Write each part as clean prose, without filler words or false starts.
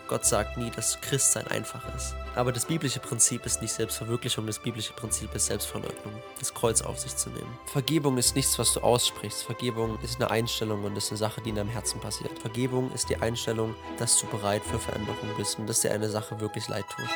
Gott sagt nie, dass Christsein einfach ist. Aber das biblische Prinzip ist nicht Selbstverwirklichung, das biblische Prinzip ist Selbstverleugnung, das Kreuz auf sich zu nehmen. Vergebung ist nichts, was du aussprichst. Vergebung ist eine Einstellung und ist eine Sache, die in deinem Herzen passiert. Vergebung ist die Einstellung, dass du bereit für Veränderung bist und dass dir eine Sache wirklich leid tut.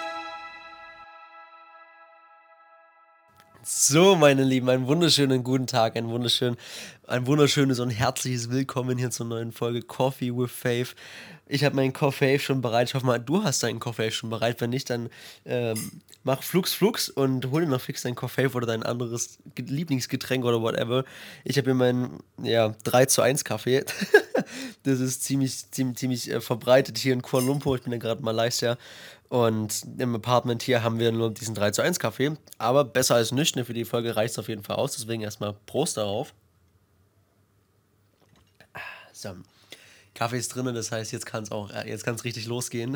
So, meine Lieben, einen wunderschönen guten Tag, ein wunderschönes und herzliches Willkommen hier zur neuen Folge Coffee with Faith. Ich habe meinen Coffee schon bereit. Ich hoffe mal, du hast deinen Coffee schon bereit. Wenn nicht, dann mach Flux und hol dir noch fix deinen Coffee oder dein anderes Lieblingsgetränk oder whatever. Ich habe hier meinen 3:1 Kaffee. Das ist ziemlich verbreitet hier in Kuala Lumpur. Ich bin ja gerade in Malaysia. Und im Apartment hier haben wir nur diesen 3:1 Kaffee. Aber besser als nichts, ne? Für die Folge reicht es auf jeden Fall aus. Deswegen erstmal Prost darauf. So, Kaffee ist drin, das heißt, jetzt kann es richtig losgehen.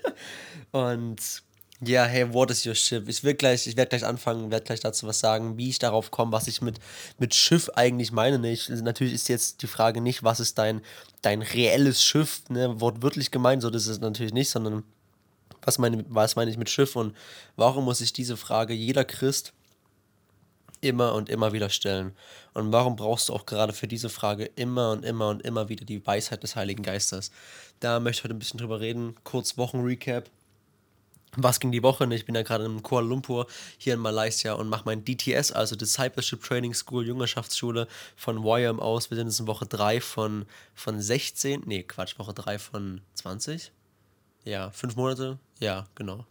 Und ja, hey, what is your ship? Ich werd gleich anfangen, werde gleich dazu was sagen, wie ich darauf komme, was ich mit Schiff eigentlich meine. Ne? Natürlich ist jetzt die Frage nicht, was ist dein reelles Schiff, ne? Wortwörtlich gemeint, so das ist es natürlich nicht, sondern was meine ich mit Schiff und warum muss sich diese Frage jeder Christ immer und immer wieder stellen? Und warum brauchst du auch gerade für diese Frage immer und immer und immer wieder die Weisheit des Heiligen Geistes? Da möchte ich heute ein bisschen drüber reden. Kurz Wochenrecap. Was ging die Woche? Ich bin ja gerade in Kuala Lumpur, hier in Malaysia und mache mein DTS, also Discipleship Training School, Jüngerschaftsschule von YM aus. Wir sind jetzt in Woche 3 von 16. Nee, Quatsch, Woche 3 von 20. Ja, 5 Monate. Ja, genau.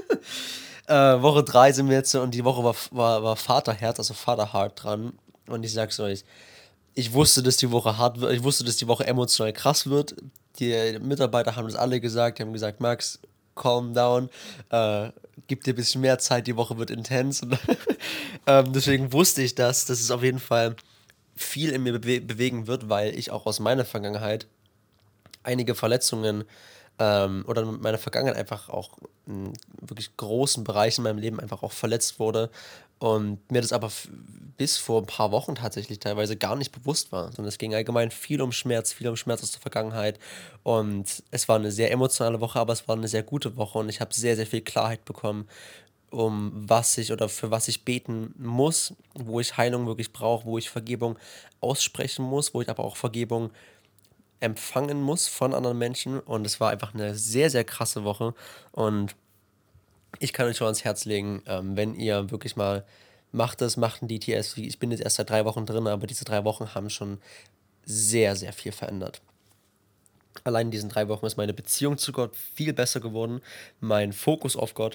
Woche 3 sind wir jetzt und die Woche war Vaterherz, also Vaterheart dran. Und ich sag's euch, ich wusste, dass die Woche hart wird, ich wusste, dass die Woche emotional krass wird. Die Mitarbeiter haben das alle gesagt, die haben gesagt, Max, calm down, äh, gib dir ein bisschen mehr Zeit, die Woche wird intens. Und deswegen wusste ich das, dass es auf jeden Fall viel in mir bewegen wird, weil ich auch aus meiner Vergangenheit einige Verletzungen oder mit meiner Vergangenheit einfach auch in wirklich großen Bereichen in meinem Leben einfach auch verletzt wurde und mir das aber bis vor ein paar Wochen tatsächlich teilweise gar nicht bewusst war, sondern es ging allgemein viel um Schmerz aus der Vergangenheit und es war eine sehr emotionale Woche, aber es war eine sehr gute Woche und ich habe sehr, sehr viel Klarheit bekommen, um was ich oder für was ich beten muss, wo ich Heilung wirklich brauche, wo ich Vergebung aussprechen muss, wo ich aber auch Vergebung empfangen muss von anderen Menschen und es war einfach eine sehr, sehr krasse Woche und ich kann euch schon ans Herz legen, wenn ihr wirklich mal macht ein DTS. Ich bin jetzt erst seit 3 Wochen drin, aber diese 3 Wochen haben schon sehr, sehr viel verändert. Allein in diesen 3 Wochen ist meine Beziehung zu Gott viel besser geworden, mein Fokus auf Gott,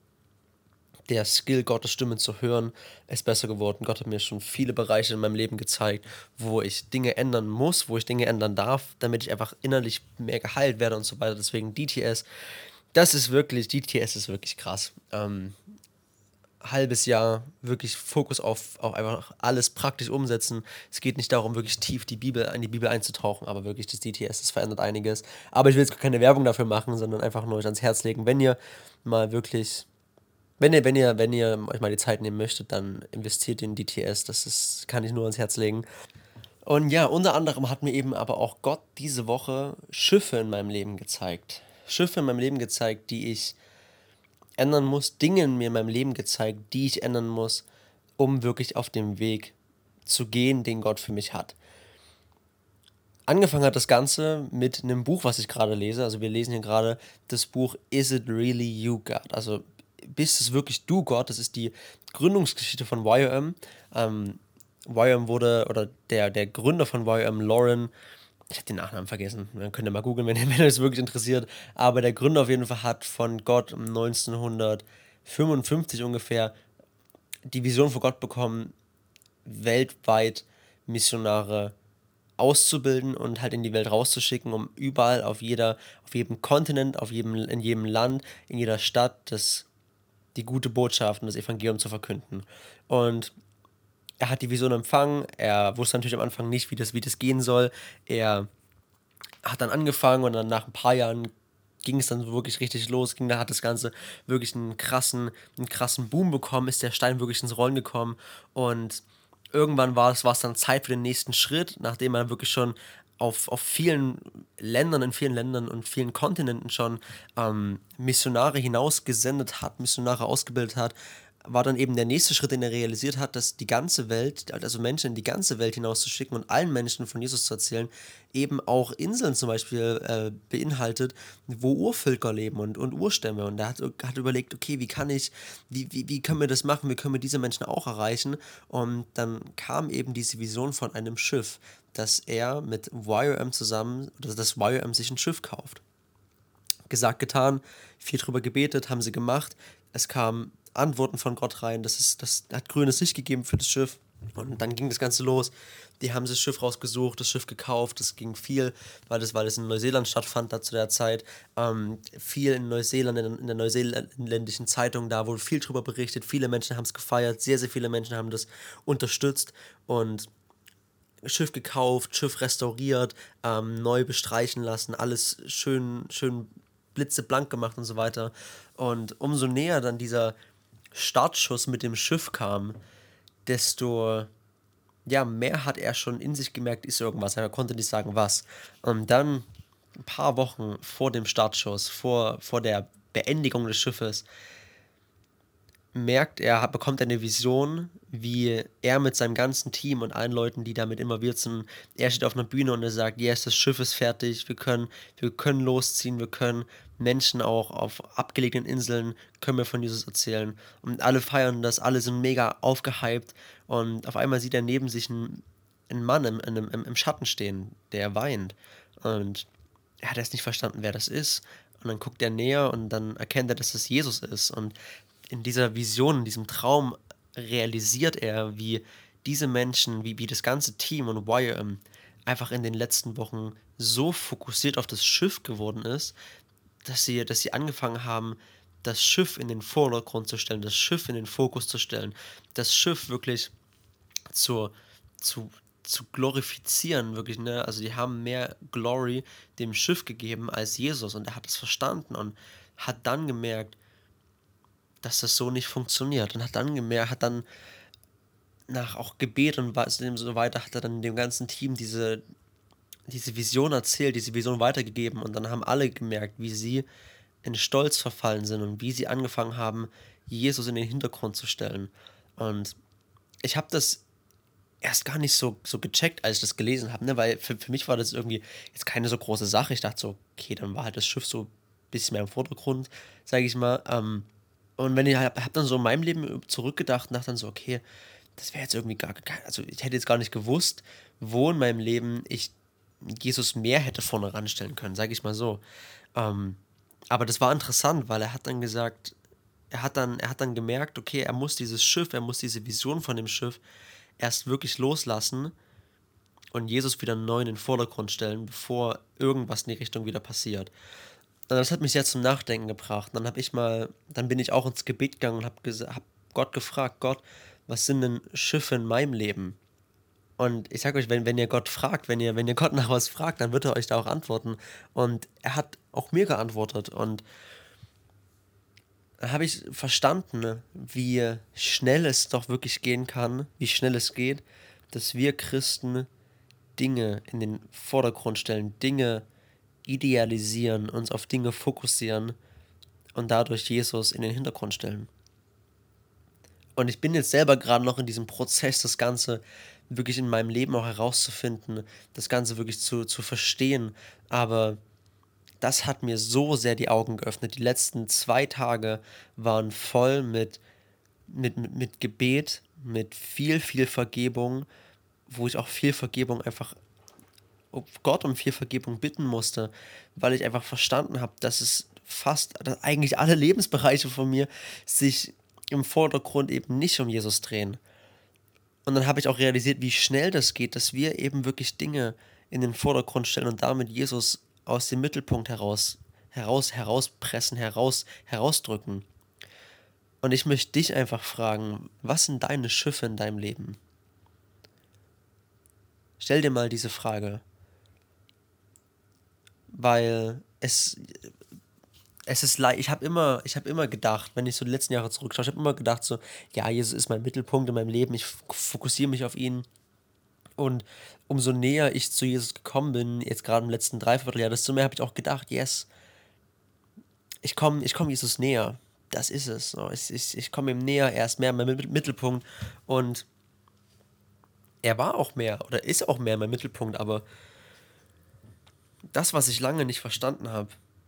der Skill, Gottes Stimme zu hören, ist besser geworden. Gott hat mir schon viele Bereiche in meinem Leben gezeigt, wo ich Dinge ändern muss, wo ich Dinge ändern darf, damit ich einfach innerlich mehr geheilt werde und so weiter. Deswegen DTS, DTS ist wirklich krass. Halbes Jahr wirklich Fokus auf einfach alles praktisch umsetzen. Es geht nicht darum, wirklich tief in die Bibel einzutauchen, aber wirklich das DTS, das verändert einiges. Aber ich will jetzt keine Werbung dafür machen, sondern einfach nur euch ans Herz legen, wenn ihr mal wirklich wenn ihr euch mal die Zeit nehmen möchtet, dann investiert in DTS. Kann ich nur ans Herz legen. Und ja, unter anderem hat mir eben aber auch Gott diese Woche Schiffe in meinem Leben gezeigt. Schiffe in meinem Leben gezeigt, die ich ändern muss, Dinge in mir in meinem Leben gezeigt, die ich ändern muss, um wirklich auf dem Weg zu gehen, den Gott für mich hat. Angefangen hat das Ganze mit einem Buch, was ich gerade lese. Also wir lesen hier gerade das Buch Is It Really You, God? Also bist es wirklich du, Gott? Das ist die Gründungsgeschichte von YOM. YOM wurde, oder der Gründer von YOM, Lauren, ich habe den Nachnamen vergessen, könnt ihr mal googeln, wenn euch das wirklich interessiert. Aber der Gründer auf jeden Fall hat von Gott 1955 ungefähr die Vision von Gott bekommen, weltweit Missionare auszubilden und halt in die Welt rauszuschicken, um überall auf jedem Kontinent, in jedem Land, in jeder Stadt die gute Botschaft und das Evangelium zu verkünden. Und er hat die Vision empfangen, er wusste natürlich am Anfang nicht, wie das gehen soll. Er hat dann angefangen und dann nach ein paar Jahren ging es dann so wirklich richtig los, da hat das Ganze wirklich einen krassen Boom bekommen, ist der Stein wirklich ins Rollen gekommen und irgendwann war es dann Zeit für den nächsten Schritt, nachdem er wirklich schon auf vielen Ländern, in vielen Ländern und vielen Kontinenten schon Missionare hinausgesendet hat, Missionare ausgebildet hat, war dann eben der nächste Schritt, den er realisiert hat, dass die ganze Welt, also Menschen in die ganze Welt hinauszuschicken und allen Menschen von Jesus zu erzählen, eben auch Inseln zum Beispiel beinhaltet, wo Urvölker leben und Urstämme. Und er hat überlegt, okay, wie können wir das machen, wie können wir diese Menschen auch erreichen? Und dann kam eben diese Vision von einem Schiff, dass er mit YWAM zusammen, oder dass YWAM sich ein Schiff kauft. Gesagt, getan, viel drüber gebetet, haben sie gemacht. Es kamen Antworten von Gott rein, das hat grünes Licht gegeben für das Schiff. Und dann ging das Ganze los. Die haben sich das Schiff rausgesucht, das Schiff gekauft. Das ging viel, weil es in Neuseeland stattfand da zu der Zeit. Viel in Neuseeland, in der neuseeländischen Zeitung, da wurde viel drüber berichtet. Viele Menschen haben es gefeiert, sehr, sehr viele Menschen haben das unterstützt. Und Schiff gekauft, Schiff restauriert, neu bestreichen lassen, alles schön, schön blitzeblank gemacht und so weiter. Und umso näher dann dieser Startschuss mit dem Schiff kam, desto ja, mehr hat er schon in sich gemerkt, ist irgendwas. Er konnte nicht sagen, was. Und dann, ein paar Wochen vor dem Startschuss, vor der Beendigung des Schiffes, bekommt eine Vision, wie er mit seinem ganzen Team und allen Leuten, die damit involviert sind, er steht auf einer Bühne und er sagt, yes, das Schiff ist fertig, wir können losziehen, wir können Menschen auch auf abgelegenen Inseln, können wir von Jesus erzählen. Und alle feiern das, alle sind mega aufgehypt und auf einmal sieht er neben sich einen Mann im Schatten stehen, der weint. Und er hat erst nicht verstanden, wer das ist. Und dann guckt er näher und dann erkennt er, dass das Jesus ist. Und in dieser Vision, in diesem Traum realisiert er, wie diese Menschen, wie das ganze Team und YM einfach in den letzten Wochen so fokussiert auf das Schiff geworden ist, dass sie angefangen haben, das Schiff in den Vordergrund zu stellen, das Schiff in den Fokus zu stellen, das Schiff wirklich zu, zu, zu glorifizieren, wirklich, ne? Also die haben mehr Glory dem Schiff gegeben als Jesus und er hat es verstanden und hat dann gemerkt, dass das so nicht funktioniert und hat dann nach auch Gebet und so weiter, hat er dann dem ganzen Team diese Vision erzählt, diese Vision weitergegeben und dann haben alle gemerkt, wie sie in Stolz verfallen sind und wie sie angefangen haben, Jesus in den Hintergrund zu stellen. Und ich habe das erst gar nicht so gecheckt, als ich das gelesen habe, ne? Weil für mich war das irgendwie jetzt keine so große Sache. Ich dachte so, okay, dann war halt das Schiff so ein bisschen mehr im Vordergrund, sage ich mal. Und wenn ich hab dann so in meinem Leben zurückgedacht und dachte dann so, okay, das wäre jetzt irgendwie also ich hätte jetzt gar nicht gewusst, wo in meinem Leben ich Jesus mehr hätte vorne ranstellen können, sage ich mal so. Ähm, aber das war interessant, weil er hat dann gesagt, er hat dann gemerkt, okay, er muss diese Vision von dem Schiff erst wirklich loslassen und Jesus wieder neu in den Vordergrund stellen, bevor irgendwas in die Richtung wieder passiert. Und das hat mich sehr zum Nachdenken gebracht. Dann bin ich auch ins Gebet gegangen und hab Gott gefragt, Gott, was sind denn Schiffe in meinem Leben? Und ich sage euch, wenn ihr Gott fragt, wenn ihr Gott nach was fragt, dann wird er euch da auch antworten. Und er hat auch mir geantwortet. Und da habe ich verstanden, ne, wie schnell es doch wirklich gehen kann, wie schnell es geht, dass wir Christen Dinge in den Vordergrund stellen, Dinge idealisieren, uns auf Dinge fokussieren und dadurch Jesus in den Hintergrund stellen. Und ich bin jetzt selber gerade noch in diesem Prozess, das Ganze wirklich in meinem Leben auch herauszufinden, das Ganze wirklich zu verstehen. Aber das hat mir so sehr die Augen geöffnet. Die letzten 2 Tage waren voll mit Gebet, mit viel, viel Vergebung, wo ich auch viel Vergebung einfach Gott um viel Vergebung bitten musste, weil ich einfach verstanden habe, dass eigentlich alle Lebensbereiche von mir sich im Vordergrund eben nicht um Jesus drehen. Und dann habe ich auch realisiert, wie schnell das geht, dass wir eben wirklich Dinge in den Vordergrund stellen und damit Jesus aus dem Mittelpunkt herauspressen, herausdrücken. Und ich möchte dich einfach fragen, was sind deine Schiffe in deinem Leben? Stell dir mal diese Frage, weil es ist leicht, ich habe immer gedacht, wenn ich so die letzten Jahre zurückschaue, ich habe immer gedacht so, ja, Jesus ist mein Mittelpunkt in meinem Leben, ich fokussiere mich auf ihn Und umso näher ich zu Jesus gekommen bin, jetzt gerade im letzten Dreivierteljahr, desto mehr habe ich auch gedacht, yes, ich komm Jesus näher. Das ist es. So. Ich komme ihm näher, er ist mehr mein Mittelpunkt. Und er war auch mehr oder ist auch mehr mein Mittelpunkt, aber das, was ich lange nicht verstanden habe,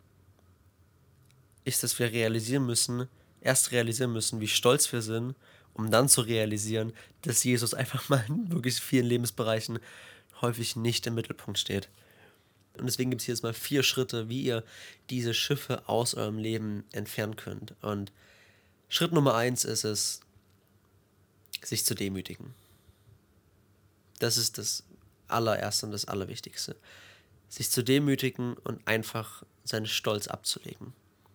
ist, dass wir erst realisieren müssen, wie stolz wir sind, um dann zu realisieren, dass Jesus einfach mal in wirklich vielen Lebensbereichen häufig nicht im Mittelpunkt steht. Und deswegen gibt es hier jetzt mal 4 Schritte, wie ihr diese Schiffe aus eurem Leben entfernen könnt. Und Schritt Nummer 1 ist es, sich zu demütigen. Das ist das allererste und das Allerwichtigste. Sich zu demütigen und einfach seinen Stolz abzulegen.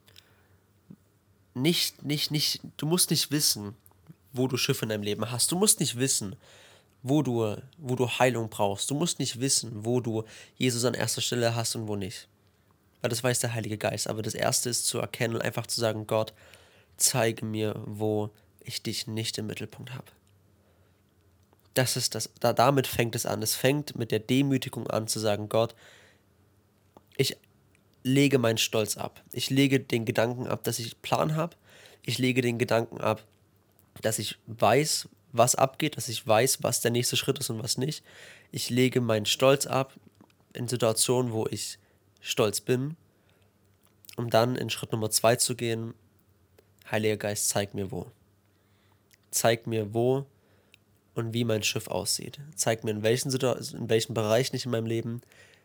Du musst nicht wissen, wo du Schiffe in deinem Leben hast. Du musst nicht wissen, wo du Heilung brauchst. Du musst nicht wissen, wo du Jesus an erster Stelle hast und wo nicht. Weil das weiß der Heilige Geist. Aber das Erste ist zu erkennen und einfach zu sagen, Gott, zeige mir, wo ich dich nicht im Mittelpunkt habe. Das ist damit fängt es an. Es fängt mit der Demütigung an, zu sagen, Gott, ich lege meinen Stolz ab. Ich lege den Gedanken ab, dass ich Plan habe. Ich lege den Gedanken ab, dass ich weiß, was abgeht, dass ich weiß, was der nächste Schritt ist und was nicht. Ich lege meinen Stolz ab in Situationen, wo ich stolz bin, um dann in Schritt Nummer 2 zu gehen. Heiliger Geist, zeig mir wo. Zeig mir wo und wie mein Schiff aussieht. Zeig mir in welchen Bereichen ich in meinem Leben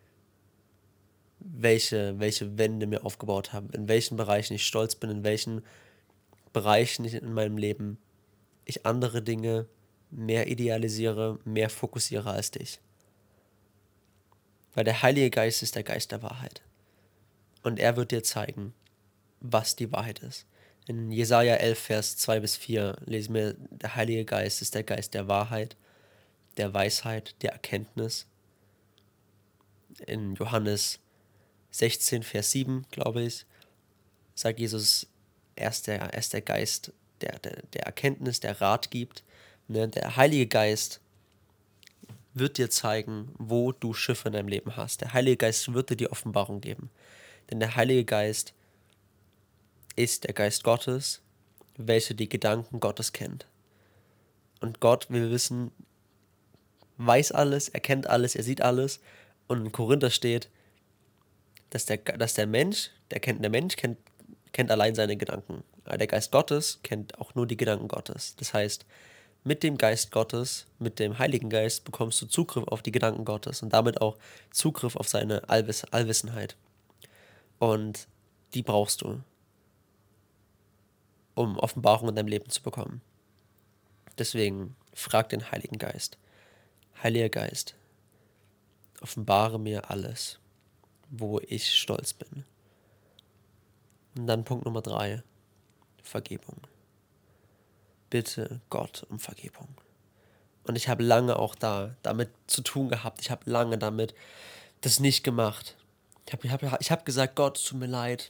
welche Wände mir aufgebaut habe, in welchen Bereichen ich stolz bin, in welchen Bereichen ich in meinem Leben ich andere Dinge mehr idealisiere, mehr fokussiere als dich. Weil der Heilige Geist ist der Geist der Wahrheit. Und er wird dir zeigen, was die Wahrheit ist. In Jesaja 11, Vers 2 bis 4 lesen wir, der Heilige Geist ist der Geist der Wahrheit, der Weisheit, der Erkenntnis. In Johannes 16, Vers 7, glaube ich, sagt Jesus, er ist der Geist der Erkenntnis, der Rat gibt. Ne? Der Heilige Geist wird dir zeigen, wo du Schiffe in deinem Leben hast. Der Heilige Geist wird dir die Offenbarung geben. Denn der Heilige Geist ist der Geist Gottes, welcher die Gedanken Gottes kennt. Und Gott will wissen, weiß alles, er kennt alles, er sieht alles. Und in Korinther steht, dass der Mensch kennt allein seine Gedanken. Aber der Geist Gottes kennt auch nur die Gedanken Gottes. Das heißt, mit dem Geist Gottes, mit dem Heiligen Geist bekommst du Zugriff auf die Gedanken Gottes und damit auch Zugriff auf seine Allwissenheit. Und die brauchst du, um Offenbarung in deinem Leben zu bekommen. Deswegen frag den Heiligen Geist. Heiliger Geist, offenbare mir alles, wo ich stolz bin. Und dann Punkt Nummer 3, Vergebung. Bitte Gott um Vergebung. Und ich habe lange auch damit zu tun gehabt. Ich habe lange damit das nicht gemacht. Ich hab gesagt, Gott, es tut mir leid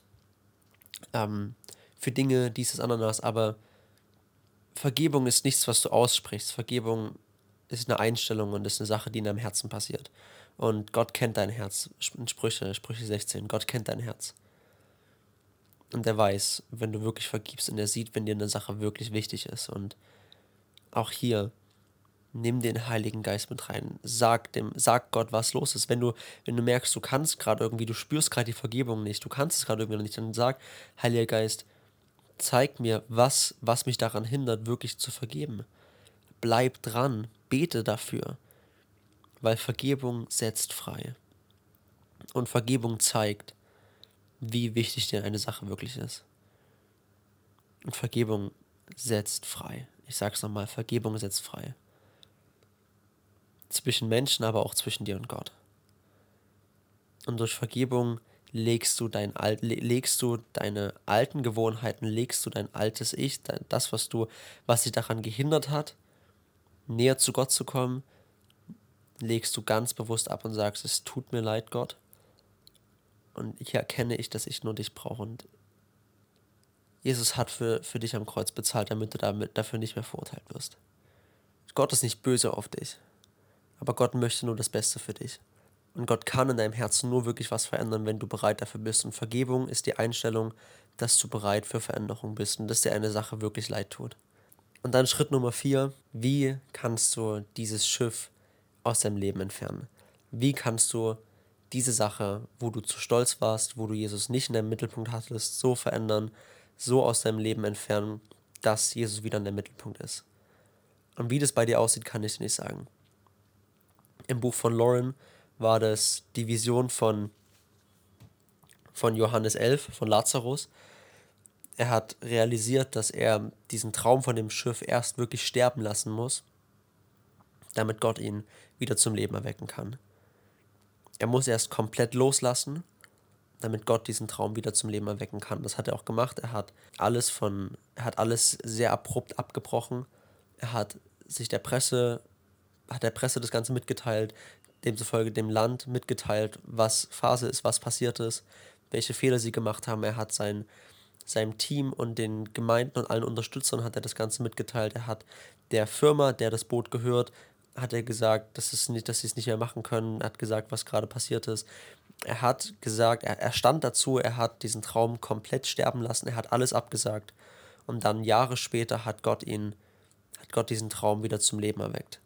für Dinge, dieses, Ananas, aber Vergebung ist nichts, was du aussprichst. Vergebung ist eine Einstellung und ist eine Sache, die in deinem Herzen passiert. Und Gott kennt dein Herz. In Sprüche 16. Gott kennt dein Herz. Und er weiß, wenn du wirklich vergibst und er sieht, wenn dir eine Sache wirklich wichtig ist. Und auch hier, nimm den Heiligen Geist mit rein. Sag Gott, was los ist. Wenn du merkst, du kannst gerade irgendwie, du spürst gerade die Vergebung nicht, du kannst es gerade irgendwie noch nicht, dann sag, Heiliger Geist, zeig mir, was mich daran hindert, wirklich zu vergeben. Bleib dran, bete dafür, weil Vergebung setzt frei. Und Vergebung zeigt, wie wichtig dir eine Sache wirklich ist. Und Vergebung setzt frei. Ich sag's nochmal, Vergebung setzt frei. Zwischen Menschen, aber auch zwischen dir und Gott. Und durch Vergebung legst du deine alten Gewohnheiten, legst du dein altes Ich, das, was dich daran gehindert hat, näher zu Gott zu kommen, legst du ganz bewusst ab und sagst, es tut mir leid, Gott. Und hier erkenne ich, dass ich nur dich brauche. Und Jesus hat für dich am Kreuz bezahlt, damit du dafür nicht mehr verurteilt wirst. Gott ist nicht böse auf dich. Aber Gott möchte nur das Beste für dich. Und Gott kann in deinem Herzen nur wirklich was verändern, wenn du bereit dafür bist. Und Vergebung ist die Einstellung, dass du bereit für Veränderung bist und dass dir eine Sache wirklich leid tut. Und dann Schritt Nummer 4: Wie kannst du dieses Schiff aus deinem Leben entfernen? Wie kannst du diese Sache, wo du zu stolz warst, wo du Jesus nicht in deinem Mittelpunkt hattest, so verändern, so aus deinem Leben entfernen, dass Jesus wieder in der Mittelpunkt ist? Und wie das bei dir aussieht, kann ich dir nicht sagen. Im Buch von Lauren war das die Vision von Johannes 11, von Lazarus. Er hat realisiert, dass er diesen Traum von dem Schiff erst wirklich sterben lassen muss, damit Gott ihn wieder zum Leben erwecken kann. Er muss erst komplett loslassen, damit Gott diesen Traum wieder zum Leben erwecken kann. Das hat er auch gemacht. Er hat alles sehr abrupt abgebrochen. Er hat sich der Presse das Ganze mitgeteilt, demzufolge dem Land mitgeteilt, was Phase ist, was passiert ist, welche Fehler sie gemacht haben. Er hat seinem Team und den Gemeinden und allen Unterstützern hat er das Ganze mitgeteilt. Er hat der Firma, der das Boot gehört, hat er gesagt, dass sie es nicht mehr machen können. Er hat gesagt, was gerade passiert ist. Er hat gesagt, er stand dazu, er hat diesen Traum komplett sterben lassen, er hat alles abgesagt. Und dann Jahre später hat Gott diesen Traum wieder zum Leben erweckt.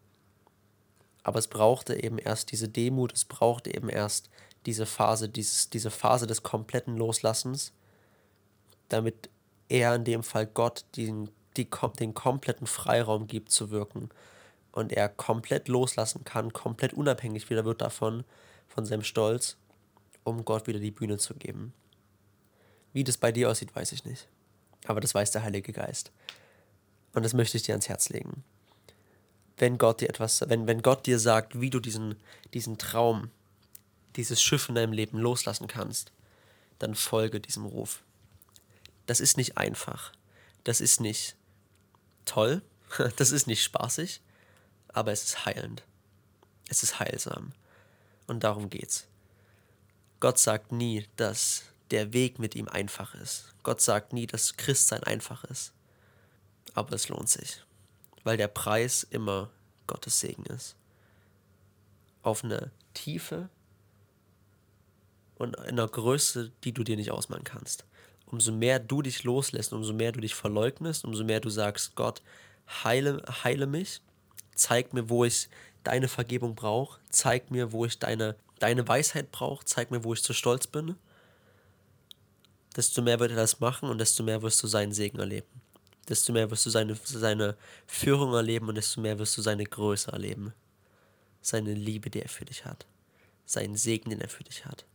Aber es brauchte eben erst diese Demut, es brauchte eben erst diese Phase des kompletten Loslassens, damit er in dem Fall Gott den kompletten Freiraum gibt zu wirken und er komplett loslassen kann, komplett unabhängig wieder wird von seinem Stolz, um Gott wieder die Bühne zu geben. Wie das bei dir aussieht, weiß ich nicht. Aber das weiß der Heilige Geist. Und das möchte ich dir ans Herz legen. Wenn Gott dir sagt, wie du diesen Traum, dieses Schiff in deinem Leben loslassen kannst, dann folge diesem Ruf. Das ist nicht einfach. Das ist nicht toll. Das ist nicht spaßig. Aber es ist heilend. Es ist heilsam. Und darum geht's. Gott sagt nie, dass der Weg mit ihm einfach ist. Gott sagt nie, dass Christsein einfach ist. Aber es lohnt sich. Weil der Preis immer Gottes Segen ist. Auf eine Tiefe und in einer Größe, die du dir nicht ausmalen kannst. Umso mehr du dich loslässt, umso mehr du dich verleugnest, umso mehr du sagst, Gott, heile mich, zeig mir, wo ich deine Vergebung brauche, zeig mir, wo ich deine Weisheit brauche, zeig mir, wo ich zu stolz bin, desto mehr wird er das machen und desto mehr wirst du seinen Segen erleben. Desto mehr wirst du seine Führung erleben und desto mehr wirst du seine Größe erleben. Seine Liebe, die er für dich hat. Seinen Segen, den er für dich hat.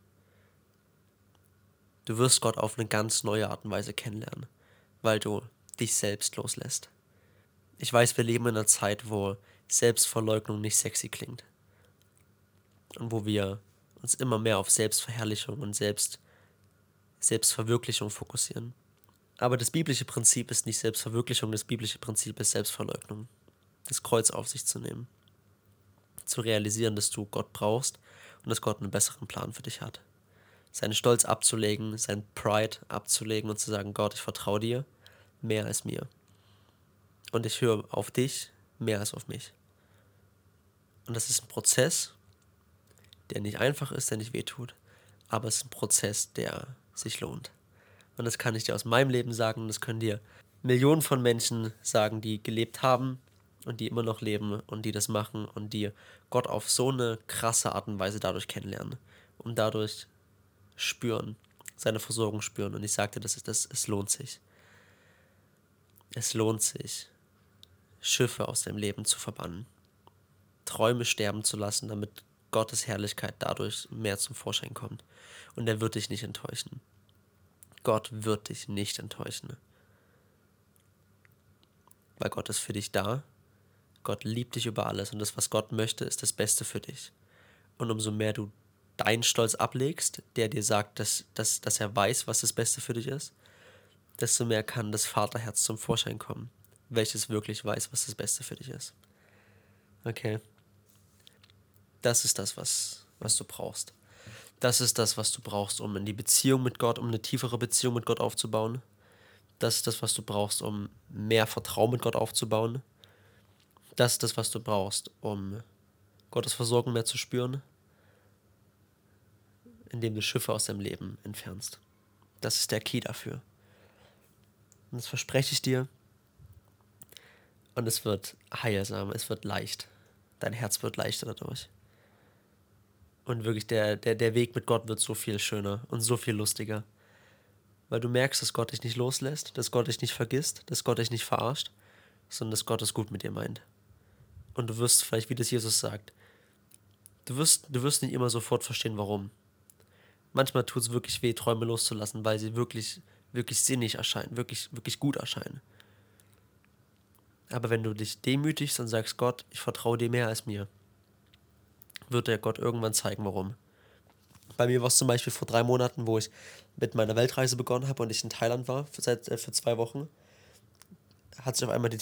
Du wirst Gott auf eine ganz neue Art und Weise kennenlernen, weil du dich selbst loslässt. Ich weiß, wir leben in einer Zeit, wo Selbstverleugnung nicht sexy klingt. Und wo wir uns immer mehr auf Selbstverherrlichung und Selbstverwirklichung fokussieren. Aber das biblische Prinzip ist nicht Selbstverwirklichung, das biblische Prinzip ist Selbstverleugnung. Das Kreuz auf sich zu nehmen. Zu realisieren, dass du Gott brauchst und dass Gott einen besseren Plan für dich hat. Seinen Stolz abzulegen, seinen Pride abzulegen und zu sagen, Gott, ich vertraue dir mehr als mir. Und ich höre auf dich mehr als auf mich. Und das ist ein Prozess, der nicht einfach ist, der nicht wehtut, aber es ist ein Prozess, der sich lohnt. Und das kann ich dir aus meinem Leben sagen, das können dir Millionen von Menschen sagen, die gelebt haben und die immer noch leben und die das machen und die Gott auf so eine krasse Art und Weise dadurch kennenlernen und dadurch spüren, seine Versorgung spüren. Und ich sagte, es lohnt sich. Es lohnt sich, Schiffe aus deinem Leben zu verbannen, Träume sterben zu lassen, damit Gottes Herrlichkeit dadurch mehr zum Vorschein kommt. Und er wird dich nicht enttäuschen. Gott wird dich nicht enttäuschen. Weil Gott ist für dich da. Gott liebt dich über alles. Und das, was Gott möchte, ist das Beste für dich. Und umso mehr du deinen Stolz ablegst, der dir sagt, dass er weiß, was das Beste für dich ist, desto mehr kann das Vaterherz zum Vorschein kommen, welches wirklich weiß, was das Beste für dich ist. Okay. Das ist das, was du brauchst. Das ist das, was du brauchst, um in die Beziehung mit Gott, um eine tiefere Beziehung mit Gott aufzubauen. Das ist das, was du brauchst, um mehr Vertrauen mit Gott aufzubauen. Das ist das, was du brauchst, um Gottes Versorgung mehr zu spüren, indem du Schiffe aus deinem Leben entfernst. Das ist der Key dafür. Und das verspreche ich dir. Und es wird heilsam, es wird leicht. Dein Herz wird leichter dadurch. Und wirklich, der Weg mit Gott wird so viel schöner und so viel lustiger. Weil du merkst, dass Gott dich nicht loslässt, dass Gott dich nicht vergisst, dass Gott dich nicht verarscht, sondern dass Gott es gut mit dir meint. Und du wirst vielleicht, wie das Jesus sagt, du wirst nicht immer sofort verstehen, warum. Manchmal tut es wirklich weh, Träume loszulassen, weil sie wirklich, wirklich sinnig erscheinen, wirklich, wirklich gut erscheinen. Aber wenn du dich demütigst und sagst, Gott, ich vertraue dir mehr als mir, wird dir Gott irgendwann zeigen, warum. Bei mir war es zum Beispiel vor 3 Monaten, wo ich mit meiner Weltreise begonnen habe und ich in Thailand war für 2 Wochen, hat sich auf einmal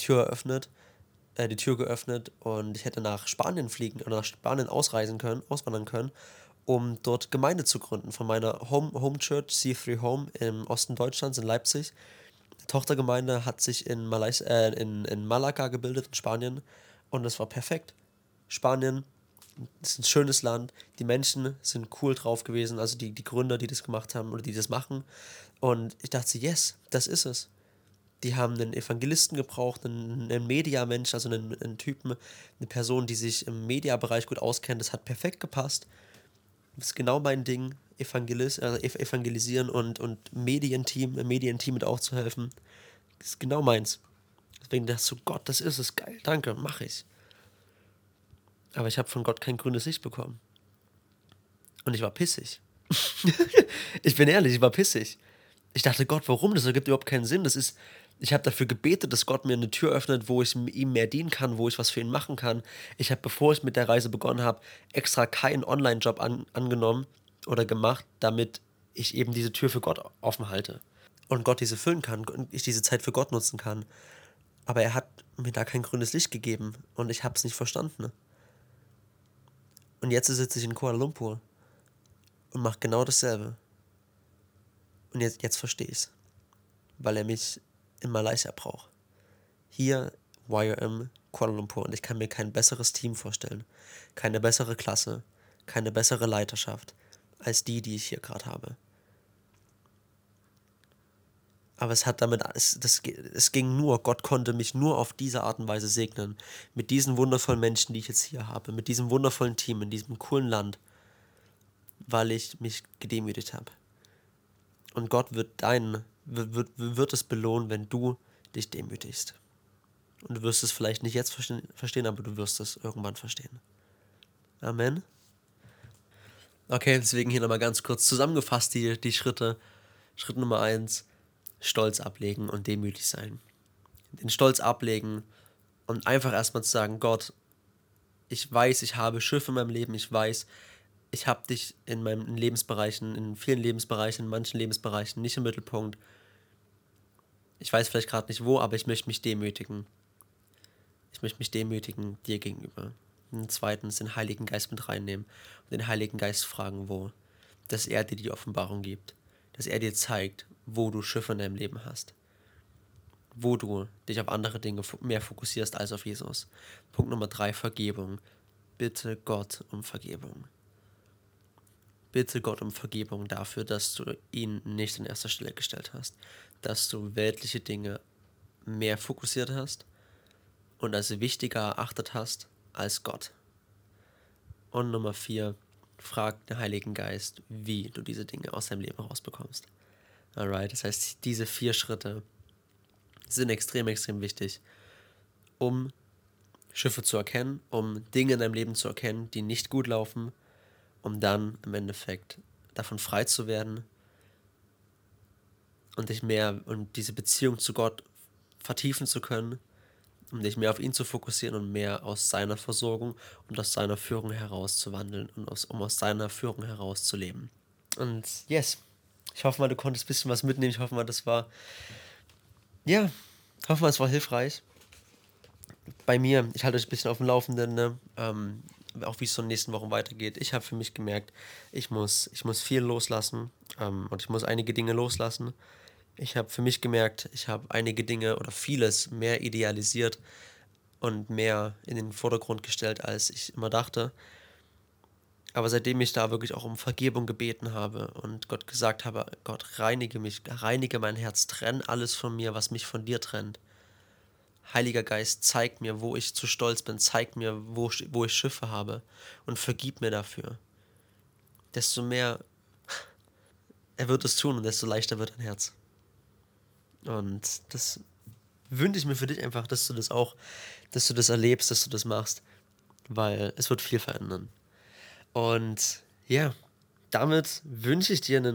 die Tür geöffnet und ich hätte nach Spanien fliegen oder nach Spanien auswandern können, um dort Gemeinde zu gründen von meiner Home Church, C3 Home im Osten Deutschlands in Leipzig. Die Tochtergemeinde hat sich in Malaga gebildet, in Spanien, und das war perfekt. Spanien ist ein schönes Land, die Menschen sind cool drauf gewesen, also die Gründer, die das gemacht haben oder die das machen. Und ich dachte, yes, das ist es. Die haben einen Evangelisten gebraucht, einen Mediamensch, also einen Typen, eine Person, die sich im Mediabereich gut auskennt. Das hat perfekt gepasst. Das ist genau mein Ding, evangelisieren und Medienteam mit aufzuhelfen. Das ist genau meins. Deswegen dachte ich so, Gott, das ist es, geil, danke, mach ich. Aber ich habe von Gott kein grünes Licht bekommen. Und ich war pissig. Ich bin ehrlich, ich war pissig. Ich dachte, Gott, warum? Das ergibt überhaupt keinen Sinn. Ich habe dafür gebetet, dass Gott mir eine Tür öffnet, wo ich ihm mehr dienen kann, wo ich was für ihn machen kann. Ich habe, bevor ich mit der Reise begonnen habe, extra keinen Online-Job angenommen oder gemacht, damit ich eben diese Tür für Gott offen halte. Und Gott diese füllen kann und ich diese Zeit für Gott nutzen kann. Aber er hat mir da kein grünes Licht gegeben und ich habe es nicht verstanden. Und jetzt sitze ich in Kuala Lumpur und mache genau dasselbe. Und jetzt verstehe ich es, weil er mich in Malaysia braucht. Hier YRM Kuala Lumpur und ich kann mir kein besseres Team vorstellen, keine bessere Klasse, keine bessere Leiterschaft als die ich hier gerade habe. Aber es ging nur, Gott konnte mich nur auf diese Art und Weise segnen, mit diesen wundervollen Menschen, die ich jetzt hier habe, mit diesem wundervollen Team, in diesem coolen Land, weil ich mich gedemütigt habe. Und Gott wird es belohnen, wenn du dich demütigst. Und du wirst es vielleicht nicht jetzt verstehen, aber du wirst es irgendwann verstehen. Amen. Okay, deswegen hier nochmal ganz kurz zusammengefasst die Schritte. Schritt Nummer 1, Stolz ablegen und demütig sein. Den Stolz ablegen und einfach erstmal zu sagen, Gott, ich weiß, ich habe Schiffe in meinem Leben, ich weiß, ich habe dich in meinen Lebensbereichen, in vielen Lebensbereichen, in manchen Lebensbereichen nicht im Mittelpunkt. Ich weiß vielleicht gerade nicht wo, aber ich möchte mich demütigen. Ich möchte mich demütigen dir gegenüber. Und zweitens den Heiligen Geist mit reinnehmen und den Heiligen Geist fragen, wo. Dass er dir die Offenbarung gibt. Dass er dir zeigt, wo du Schiffe in deinem Leben hast. Wo du dich auf andere Dinge mehr fokussierst als auf Jesus. Punkt Nummer 3, Vergebung. Bitte Gott um Vergebung. Bitte Gott um Vergebung dafür, dass du ihn nicht an erster Stelle gestellt hast. Dass du weltliche Dinge mehr fokussiert hast und als wichtiger erachtet hast als Gott. Und Nummer 4, frag den Heiligen Geist, wie du diese Dinge aus deinem Leben rausbekommst. Alright, das heißt, diese 4 Schritte sind extrem, extrem wichtig, um Schiffe zu erkennen, um Dinge in deinem Leben zu erkennen, die nicht gut laufen, um dann im Endeffekt davon frei zu werden und dich mehr und diese Beziehung zu Gott vertiefen zu können, um dich mehr auf ihn zu fokussieren und mehr aus seiner Versorgung und aus seiner Führung heraus zu wandeln und um aus seiner Führung heraus zu leben. Und yes, ich hoffe mal, du konntest ein bisschen was mitnehmen. Ich hoffe mal, es war hilfreich. Bei mir, ich halte euch ein bisschen auf dem Laufenden, ne? Auch wie es so in den nächsten Wochen weitergeht. Ich habe für mich gemerkt, ich muss viel loslassen und ich muss einige Dinge loslassen. Ich habe für mich gemerkt, ich habe einige Dinge oder vieles mehr idealisiert, und mehr in den Vordergrund gestellt, als ich immer dachte. Aber seitdem ich da wirklich auch um Vergebung gebeten habe und Gott gesagt habe: Gott, reinige mich, reinige mein Herz, trenn alles von mir, was mich von dir trennt. Heiliger Geist, zeig mir, wo ich zu stolz bin, zeig mir, wo ich Schiffe habe und vergib mir dafür. Desto mehr er wird es tun und desto leichter wird dein Herz. Und das wünsche ich mir für dich einfach, dass du das erlebst, dass du das machst, weil es wird viel verändern. Und ja, damit wünsche ich dir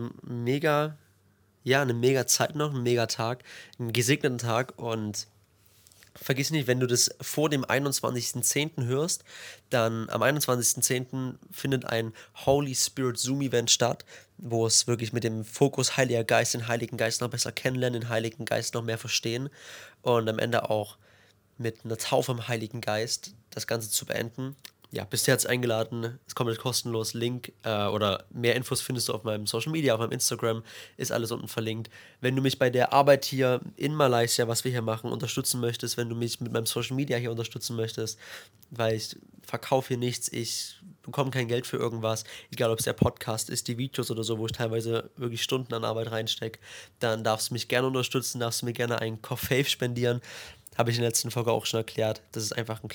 eine mega Zeit noch, einen mega Tag, einen gesegneten Tag und vergiss nicht, wenn du das vor dem 21.10. hörst, dann am 21.10. findet ein Holy Spirit Zoom-Event statt, wo es wirklich mit dem Fokus Heiliger Geist, den Heiligen Geist noch besser kennenlernen, den Heiligen Geist noch mehr verstehen und am Ende auch mit einer Taufe im Heiligen Geist das Ganze zu beenden. Ja, bist jetzt eingeladen, ist komplett kostenlos, Link oder mehr Infos findest du auf meinem Social Media, auf meinem Instagram, ist alles unten verlinkt. Wenn du mich bei der Arbeit hier in Malaysia, was wir hier machen, unterstützen möchtest, wenn du mich mit meinem Social Media hier unterstützen möchtest, weil ich verkaufe hier nichts, ich bekomme kein Geld für irgendwas, egal ob es der Podcast ist, die Videos oder so, wo ich teilweise wirklich Stunden an Arbeit reinstecke, dann darfst du mich gerne unterstützen, darfst du mir gerne einen Coffee spenden. Habe ich in der letzten Folge auch schon erklärt. Das ist einfach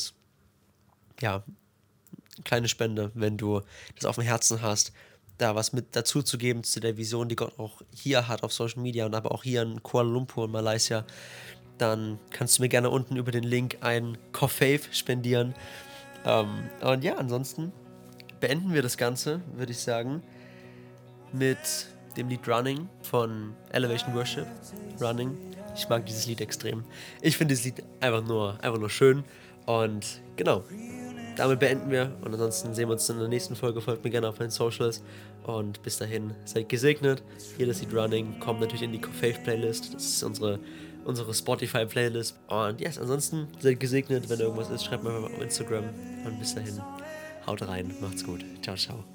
ja, kleine Spende, wenn du das auf dem Herzen hast, da was mit dazu zu geben zu der Vision, die Gott auch hier hat auf Social Media und aber auch hier in Kuala Lumpur in Malaysia, dann kannst du mir gerne unten über den Link einen Coffee spendieren. Und ja, ansonsten beenden wir das Ganze, würde ich sagen, mit dem Lied Running von Elevation Worship. Running. Ich mag dieses Lied extrem. Ich finde dieses Lied einfach nur schön. Und genau, damit beenden wir. Und ansonsten sehen wir uns in der nächsten Folge. Folgt mir gerne auf meinen Socials. Und bis dahin, seid gesegnet. Hier das Lied Running kommt natürlich in die Faith-Playlist. Das ist unsere Spotify-Playlist. Und yes, ansonsten seid gesegnet. Wenn irgendwas ist, schreibt mir mal auf Instagram. Und bis dahin, haut rein. Macht's gut. Ciao, ciao.